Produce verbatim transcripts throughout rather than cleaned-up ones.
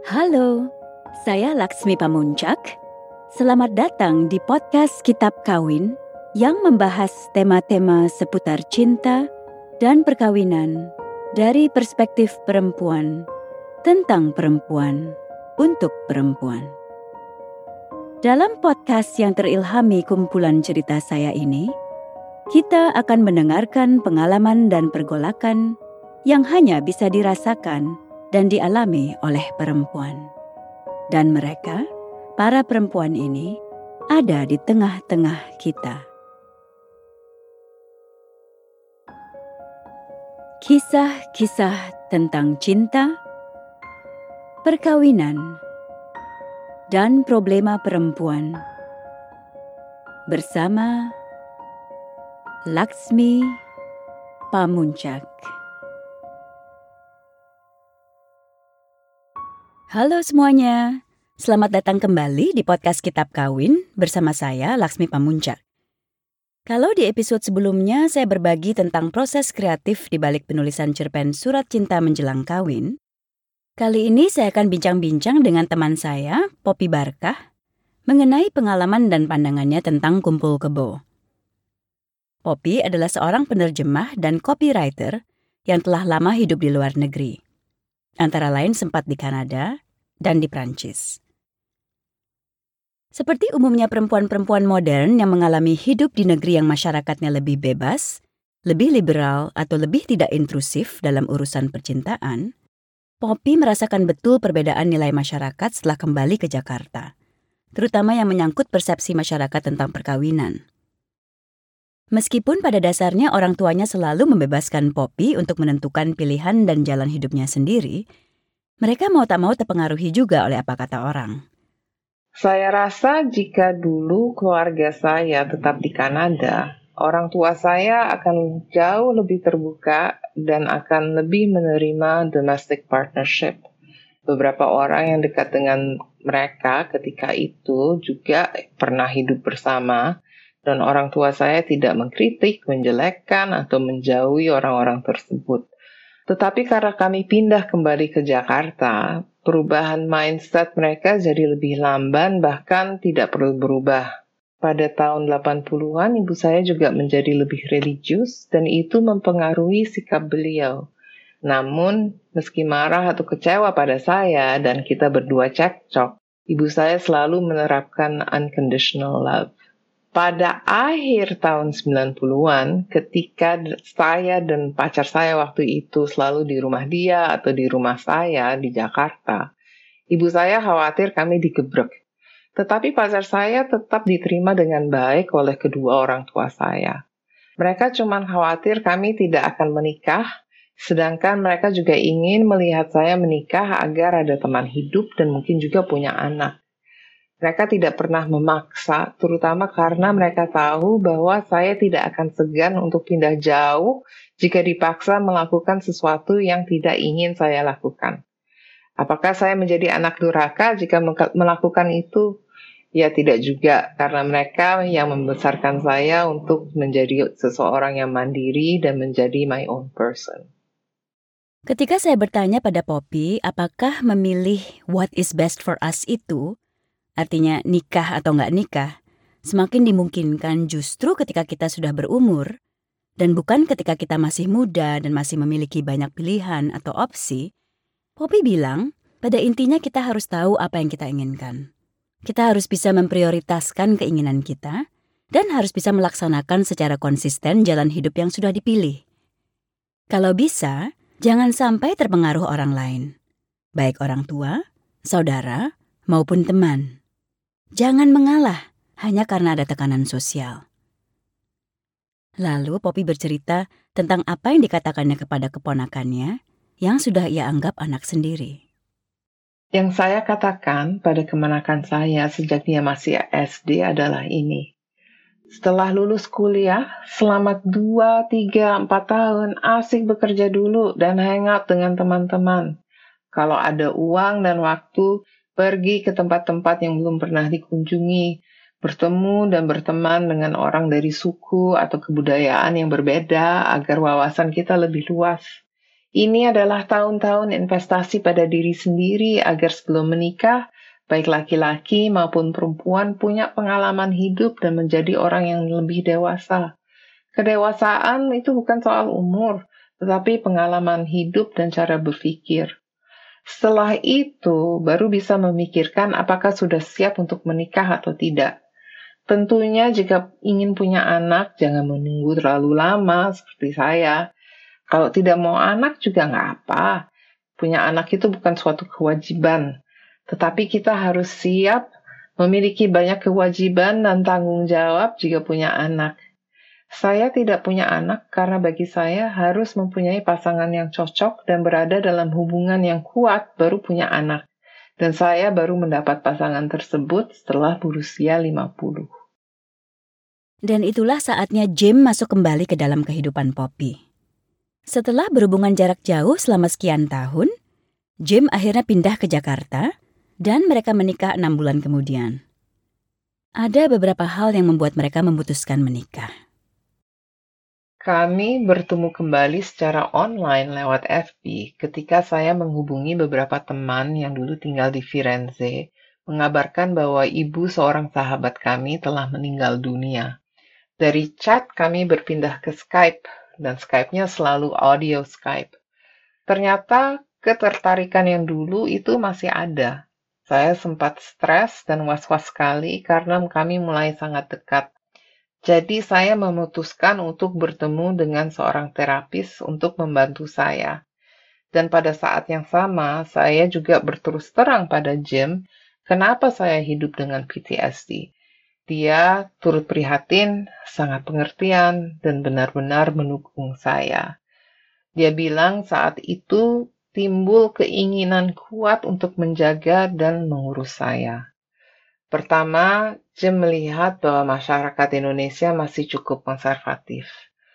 Halo, saya Laksmi Pamuncak. Selamat datang di podcast Kitab Kawin yang membahas tema-tema seputar cinta dan perkawinan dari perspektif perempuan, tentang perempuan, untuk perempuan. Dalam podcast yang terilhami kumpulan cerita saya ini, kita akan mendengarkan pengalaman dan pergolakan yang hanya bisa dirasakan dan dialami oleh perempuan. Dan mereka, para perempuan ini, ada di tengah-tengah kita. Kisah-kisah tentang cinta, perkawinan, dan problema perempuan. Bersama Laksmi Pamuncak. Halo semuanya, selamat datang kembali di podcast Kitab Kawin bersama saya Laksmi Pamuncak. Kalau di episode sebelumnya saya berbagi tentang proses kreatif di balik penulisan cerpen Surat Cinta Menjelang Kawin, kali ini saya akan bincang-bincang dengan teman saya, Poppy Barkah, mengenai pengalaman dan pandangannya tentang Kumpul Kebo. Poppy adalah seorang penerjemah dan copywriter yang telah lama hidup di luar negeri. Antara lain sempat di Kanada dan di Prancis. Seperti umumnya perempuan-perempuan modern yang mengalami hidup di negeri yang masyarakatnya lebih bebas, lebih liberal atau lebih tidak intrusif dalam urusan percintaan, Poppy merasakan betul perbedaan nilai masyarakat setelah kembali ke Jakarta, terutama yang menyangkut persepsi masyarakat tentang perkawinan. Meskipun pada dasarnya orang tuanya selalu membebaskan Poppy untuk menentukan pilihan dan jalan hidupnya sendiri, mereka mau tak mau terpengaruhi juga oleh apa kata orang. Saya rasa jika dulu keluarga saya tetap di Kanada, orang tua saya akan jauh lebih terbuka dan akan lebih menerima domestic partnership. Beberapa orang yang dekat dengan mereka ketika itu juga pernah hidup bersama, dan orang tua saya tidak mengkritik, menjelekkan, atau menjauhi orang-orang tersebut. Tetapi karena kami pindah kembali ke Jakarta, perubahan mindset mereka jadi lebih lamban, bahkan tidak perlu berubah. Pada tahun delapan puluhan, ibu saya juga menjadi lebih religius, dan itu mempengaruhi sikap beliau. Namun, meski marah atau kecewa pada saya, dan kita berdua cekcok, ibu saya selalu menerapkan unconditional love. Pada akhir tahun sembilan puluhan, ketika saya dan pacar saya waktu itu selalu di rumah dia atau di rumah saya di Jakarta, ibu saya khawatir kami digebrek. Tetapi pacar saya tetap diterima dengan baik oleh kedua orang tua saya. Mereka cuma khawatir kami tidak akan menikah, sedangkan mereka juga ingin melihat saya menikah agar ada teman hidup dan mungkin juga punya anak. Mereka tidak pernah memaksa, terutama karena mereka tahu bahwa saya tidak akan segan untuk pindah jauh jika dipaksa melakukan sesuatu yang tidak ingin saya lakukan. Apakah saya menjadi anak durhaka jika melakukan itu? Ya tidak juga, karena mereka yang membesarkan saya untuk menjadi seseorang yang mandiri dan menjadi my own person. Ketika saya bertanya pada Poppy apakah memilih what is best for us itu, artinya nikah atau nggak nikah, semakin dimungkinkan justru ketika kita sudah berumur, dan bukan ketika kita masih muda dan masih memiliki banyak pilihan atau opsi, Poppy bilang, pada intinya kita harus tahu apa yang kita inginkan. Kita harus bisa memprioritaskan keinginan kita, dan harus bisa melaksanakan secara konsisten jalan hidup yang sudah dipilih. Kalau bisa, jangan sampai terpengaruh orang lain, baik orang tua, saudara, maupun teman. Jangan mengalah hanya karena ada tekanan sosial. Lalu Poppy bercerita tentang apa yang dikatakannya kepada keponakannya yang sudah ia anggap anak sendiri. Yang saya katakan pada keponakan saya sejak dia masih S D adalah ini. Setelah lulus kuliah, selama dua, tiga, empat tahun asik bekerja dulu dan hangout dengan teman-teman. Kalau ada uang dan waktu, pergi ke tempat-tempat yang belum pernah dikunjungi, bertemu dan berteman dengan orang dari suku atau kebudayaan yang berbeda agar wawasan kita lebih luas. Ini adalah tahun-tahun investasi pada diri sendiri agar sebelum menikah, baik laki-laki maupun perempuan punya pengalaman hidup dan menjadi orang yang lebih dewasa. Kedewasaan itu bukan soal umur, tetapi pengalaman hidup dan cara berpikir. Setelah itu, baru bisa memikirkan apakah sudah siap untuk menikah atau tidak. Tentunya jika ingin punya anak, jangan menunggu terlalu lama seperti saya. Kalau tidak mau anak juga nggak apa. Punya anak itu bukan suatu kewajiban. Tetapi kita harus siap memiliki banyak kewajiban dan tanggung jawab jika punya anak. Saya tidak punya anak karena bagi saya harus mempunyai pasangan yang cocok dan berada dalam hubungan yang kuat baru punya anak. Dan saya baru mendapat pasangan tersebut setelah berusia lima puluh. Dan itulah saatnya Jim masuk kembali ke dalam kehidupan Poppy. Setelah berhubungan jarak jauh selama sekian tahun, Jim akhirnya pindah ke Jakarta dan mereka menikah enam bulan kemudian. Ada beberapa hal yang membuat mereka memutuskan menikah. Kami bertemu kembali secara online lewat F B ketika saya menghubungi beberapa teman yang dulu tinggal di Firenze, mengabarkan bahwa ibu seorang sahabat kami telah meninggal dunia. Dari chat kami berpindah ke Skype, dan Skype-nya selalu audio Skype. Ternyata ketertarikan yang dulu itu masih ada. Saya sempat stres dan was-was sekali karena kami mulai sangat dekat. Jadi saya memutuskan untuk bertemu dengan seorang terapis untuk membantu saya. Dan pada saat yang sama, saya juga berterus terang pada Jim, kenapa saya hidup dengan P T S D. Dia turut prihatin, sangat pengertian, dan benar-benar mendukung saya. Dia bilang saat itu timbul keinginan kuat untuk menjaga dan mengurus saya. Pertama, Jim melihat bahwa masyarakat Indonesia masih cukup konservatif.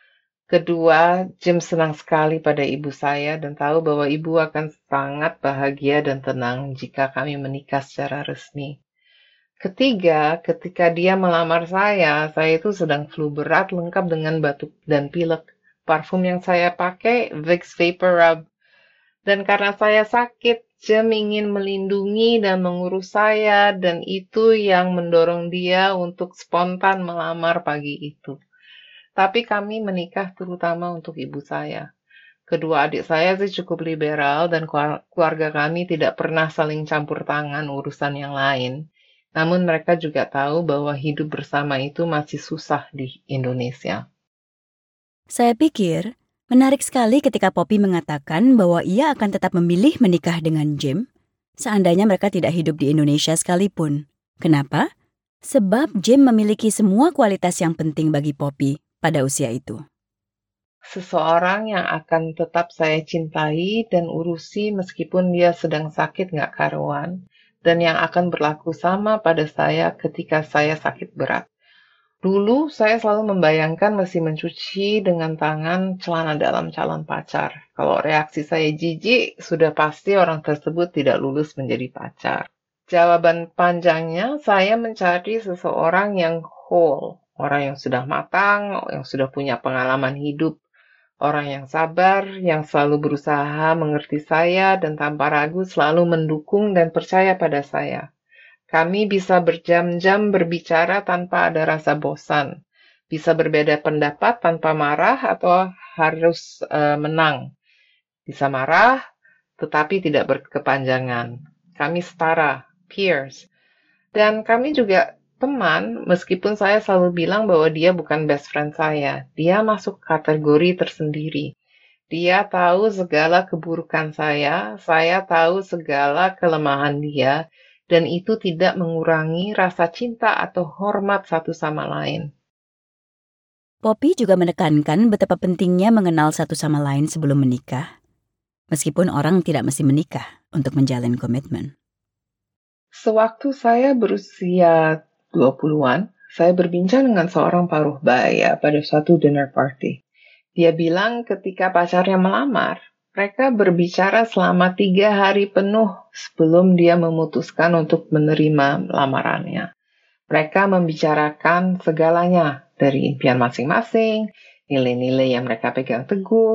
Kedua, Jim senang sekali pada ibu saya dan tahu bahwa ibu akan sangat bahagia dan tenang jika kami menikah secara resmi. Ketiga, ketika dia melamar saya, saya itu sedang flu berat lengkap dengan batuk dan pilek. Parfum yang saya pakai, Vicks Vapor Rub. Dan karena saya sakit, Jim ingin melindungi dan mengurus saya, dan itu yang mendorong dia untuk spontan melamar pagi itu. Tapi kami menikah terutama untuk ibu saya. Kedua adik saya sih cukup liberal dan keluarga kami tidak pernah saling campur tangan urusan yang lain. Namun mereka juga tahu bahwa hidup bersama itu masih susah di Indonesia. Saya pikir menarik sekali ketika Poppy mengatakan bahwa ia akan tetap memilih menikah dengan Jim, seandainya mereka tidak hidup di Indonesia sekalipun. Kenapa? Sebab Jim memiliki semua kualitas yang penting bagi Poppy pada usia itu. Seseorang yang akan tetap saya cintai dan urusi meskipun dia sedang sakit nggak karuan, dan yang akan berlaku sama pada saya ketika saya sakit berat. Dulu saya selalu membayangkan mesti mencuci dengan tangan celana dalam calon pacar. Kalau reaksi saya jijik, sudah pasti orang tersebut tidak lulus menjadi pacar. Jawaban panjangnya, saya mencari seseorang yang whole, orang yang sudah matang, yang sudah punya pengalaman hidup, orang yang sabar, yang selalu berusaha mengerti saya dan tanpa ragu selalu mendukung dan percaya pada saya. Kami bisa berjam-jam berbicara tanpa ada rasa bosan, bisa berbeda pendapat tanpa marah atau harus uh, menang. Bisa marah, tetapi tidak berkepanjangan. Kami setara, peers. Dan kami juga teman, meskipun saya selalu bilang bahwa dia bukan best friend saya. Dia masuk kategori tersendiri. Dia tahu segala keburukan saya, saya tahu segala kelemahan dia, dan itu tidak mengurangi rasa cinta atau hormat satu sama lain. Poppy juga menekankan betapa pentingnya mengenal satu sama lain sebelum menikah, meskipun orang tidak mesti menikah untuk menjalin komitmen. Sewaktu saya berusia dua puluhan, saya berbincang dengan seorang paruh baya pada suatu dinner party. Dia bilang ketika pacarnya melamar, mereka berbicara selama tiga hari penuh sebelum dia memutuskan untuk menerima lamarannya. Mereka membicarakan segalanya, dari impian masing-masing, nilai-nilai yang mereka pegang teguh,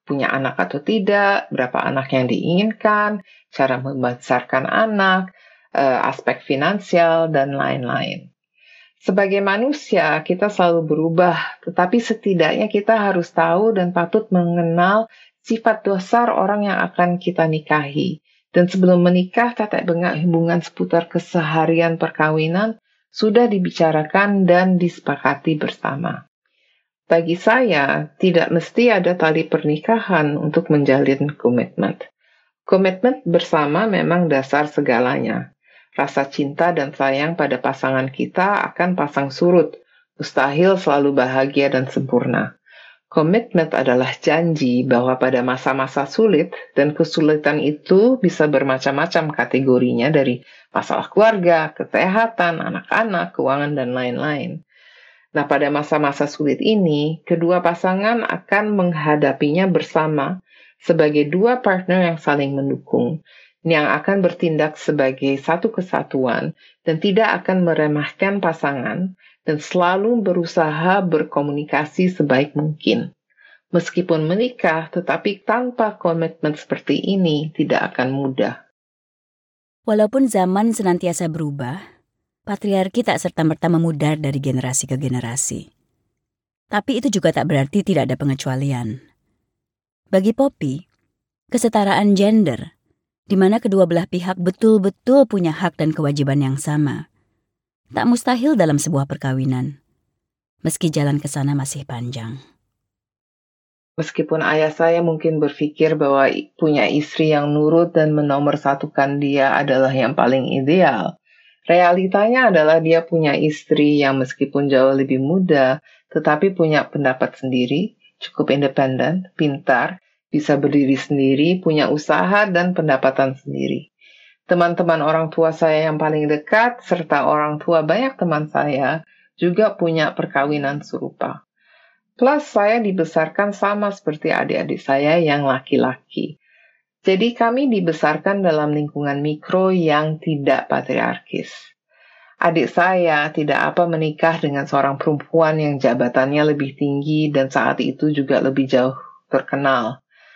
punya anak atau tidak, berapa anak yang diinginkan, cara membesarkan anak, eh, aspek finansial, dan lain-lain. Sebagai manusia, kita selalu berubah, tetapi setidaknya kita harus tahu dan patut mengenal sifat dasar orang yang akan kita nikahi. Dan sebelum menikah, tetek bengek hubungan seputar keseharian perkawinan sudah dibicarakan dan disepakati bersama. Bagi saya, tidak mesti ada tali pernikahan untuk menjalin komitmen. Komitmen bersama memang dasar segalanya. Rasa cinta dan sayang pada pasangan kita akan pasang surut, mustahil selalu bahagia dan sempurna. Komitmen adalah janji bahwa pada masa-masa sulit, dan kesulitan itu bisa bermacam-macam kategorinya dari masalah keluarga, kesehatan, anak-anak, keuangan, dan lain-lain. Nah, pada masa-masa sulit ini, kedua pasangan akan menghadapinya bersama sebagai dua partner yang saling mendukung, yang akan bertindak sebagai satu kesatuan dan tidak akan meremehkan pasangan dan selalu berusaha berkomunikasi sebaik mungkin. Meskipun menikah, tetapi tanpa komitmen seperti ini tidak akan mudah. Walaupun zaman senantiasa berubah, patriarki tak serta-merta memudar dari generasi ke generasi. Tapi itu juga tak berarti tidak ada pengecualian. Bagi Poppy, kesetaraan gender, di mana kedua belah pihak betul-betul punya hak dan kewajiban yang sama, tak mustahil dalam sebuah perkawinan, meski jalan ke sana masih panjang. Meskipun ayah saya mungkin berpikir bahwa punya istri yang nurut dan menomorsatukan dia adalah yang paling ideal, realitanya adalah dia punya istri yang meskipun jauh lebih muda, tetapi punya pendapat sendiri, cukup independen, pintar, bisa berdiri sendiri, punya usaha dan pendapatan sendiri. Teman-teman orang tua saya yang paling dekat, serta orang tua banyak teman saya, juga punya perkawinan serupa. Plus saya dibesarkan sama seperti adik-adik saya yang laki-laki. Jadi kami dibesarkan dalam lingkungan mikro yang tidak patriarkis. Adik saya tidak apa menikah dengan seorang perempuan yang jabatannya lebih tinggi dan saat itu juga lebih jauh terkenal.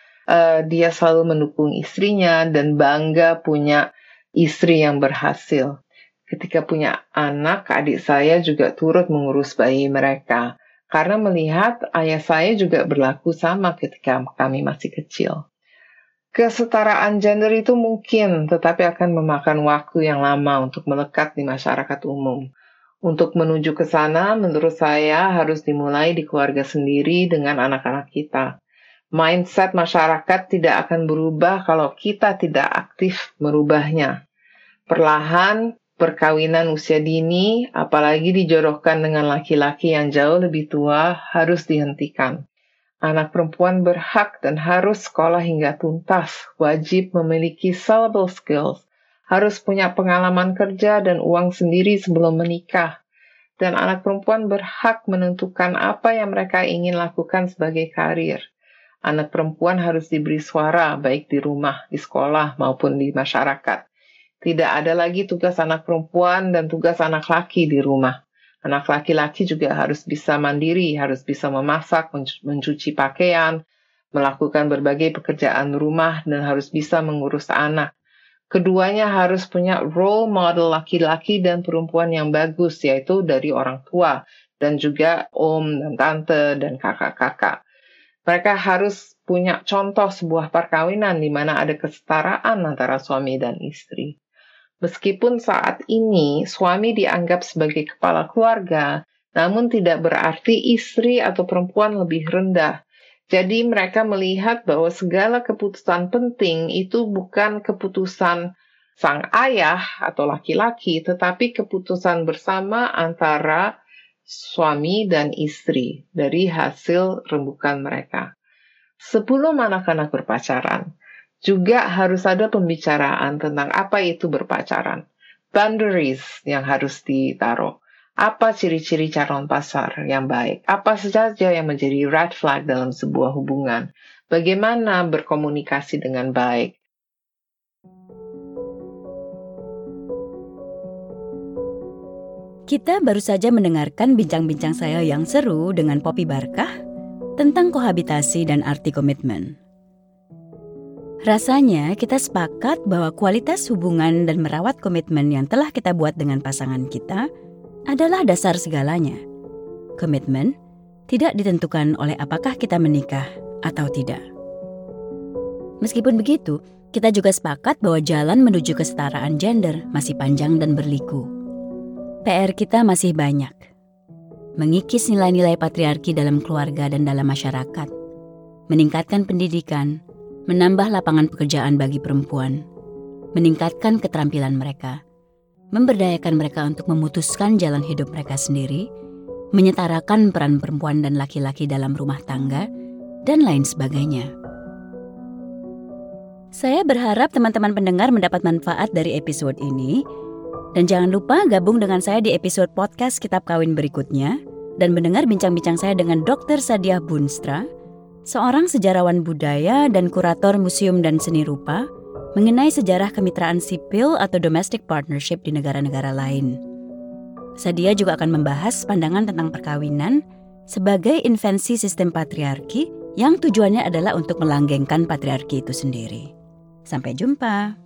Uh, dia selalu mendukung istrinya dan bangga punya istri yang berhasil. Ketika punya anak, adik saya juga turut mengurus bayi mereka. Karena melihat ayah saya juga berlaku sama ketika kami masih kecil. Kesetaraan gender itu mungkin, tetapi akan memakan waktu yang lama untuk melekat di masyarakat umum. Untuk menuju ke sana, menurut saya harus dimulai di keluarga sendiri dengan anak-anak kita. Mindset masyarakat tidak akan berubah kalau kita tidak aktif merubahnya. Perlahan, perkawinan usia dini, apalagi dijodohkan dengan laki-laki yang jauh lebih tua, harus dihentikan. Anak perempuan berhak dan harus sekolah hingga tuntas, wajib memiliki sellable skills, harus punya pengalaman kerja dan uang sendiri sebelum menikah. Dan anak perempuan berhak menentukan apa yang mereka ingin lakukan sebagai karir. Anak perempuan harus diberi suara, baik di rumah, di sekolah, maupun di masyarakat. Tidak ada lagi tugas anak perempuan dan tugas anak laki di rumah. Anak laki-laki juga harus bisa mandiri, harus bisa memasak, mencuci pakaian, melakukan berbagai pekerjaan rumah, dan harus bisa mengurus anak. Keduanya harus punya role model laki-laki dan perempuan yang bagus, yaitu dari orang tua, dan juga om dan tante dan kakak-kakak. Mereka harus punya contoh sebuah perkawinan di mana ada kesetaraan antara suami dan istri. Meskipun saat ini suami dianggap sebagai kepala keluarga, namun tidak berarti istri atau perempuan lebih rendah. Jadi mereka melihat bahwa segala keputusan penting itu bukan keputusan sang ayah atau laki-laki, tetapi keputusan bersama antara suami dan istri dari hasil rembukan mereka. Sebelum anak-anak berpacaran, juga harus ada pembicaraan tentang apa itu berpacaran. Boundaries yang harus ditaruh. Apa ciri-ciri calon pacar yang baik? Apa saja yang menjadi red flag dalam sebuah hubungan? Bagaimana berkomunikasi dengan baik? Kita baru saja mendengarkan bincang-bincang saya yang seru dengan Poppy Barkah, tentang kohabitasi dan arti komitmen. Rasanya kita sepakat bahwa kualitas hubungan dan merawat komitmen yang telah kita buat dengan pasangan kita adalah dasar segalanya. Komitmen tidak ditentukan oleh apakah kita menikah atau tidak. Meskipun begitu, kita juga sepakat bahwa jalan menuju kesetaraan gender masih panjang dan berliku. P R kita masih banyak. Mengikis nilai-nilai patriarki dalam keluarga dan dalam masyarakat. Meningkatkan pendidikan, menambah lapangan pekerjaan bagi perempuan, meningkatkan keterampilan mereka, memberdayakan mereka untuk memutuskan jalan hidup mereka sendiri, menyetarakan peran perempuan dan laki-laki dalam rumah tangga, dan lain sebagainya. Saya berharap teman-teman pendengar mendapat manfaat dari episode ini, dan jangan lupa gabung dengan saya di episode podcast Kitab Kawin berikutnya, dan mendengar bincang-bincang saya dengan dokter Sadiah Boonstra, seorang sejarawan budaya dan kurator museum dan seni rupa, mengenai sejarah kemitraan sipil atau domestic partnership di negara-negara lain. Sadiah juga akan membahas pandangan tentang perkawinan sebagai invensi sistem patriarki yang tujuannya adalah untuk melanggengkan patriarki itu sendiri. Sampai jumpa.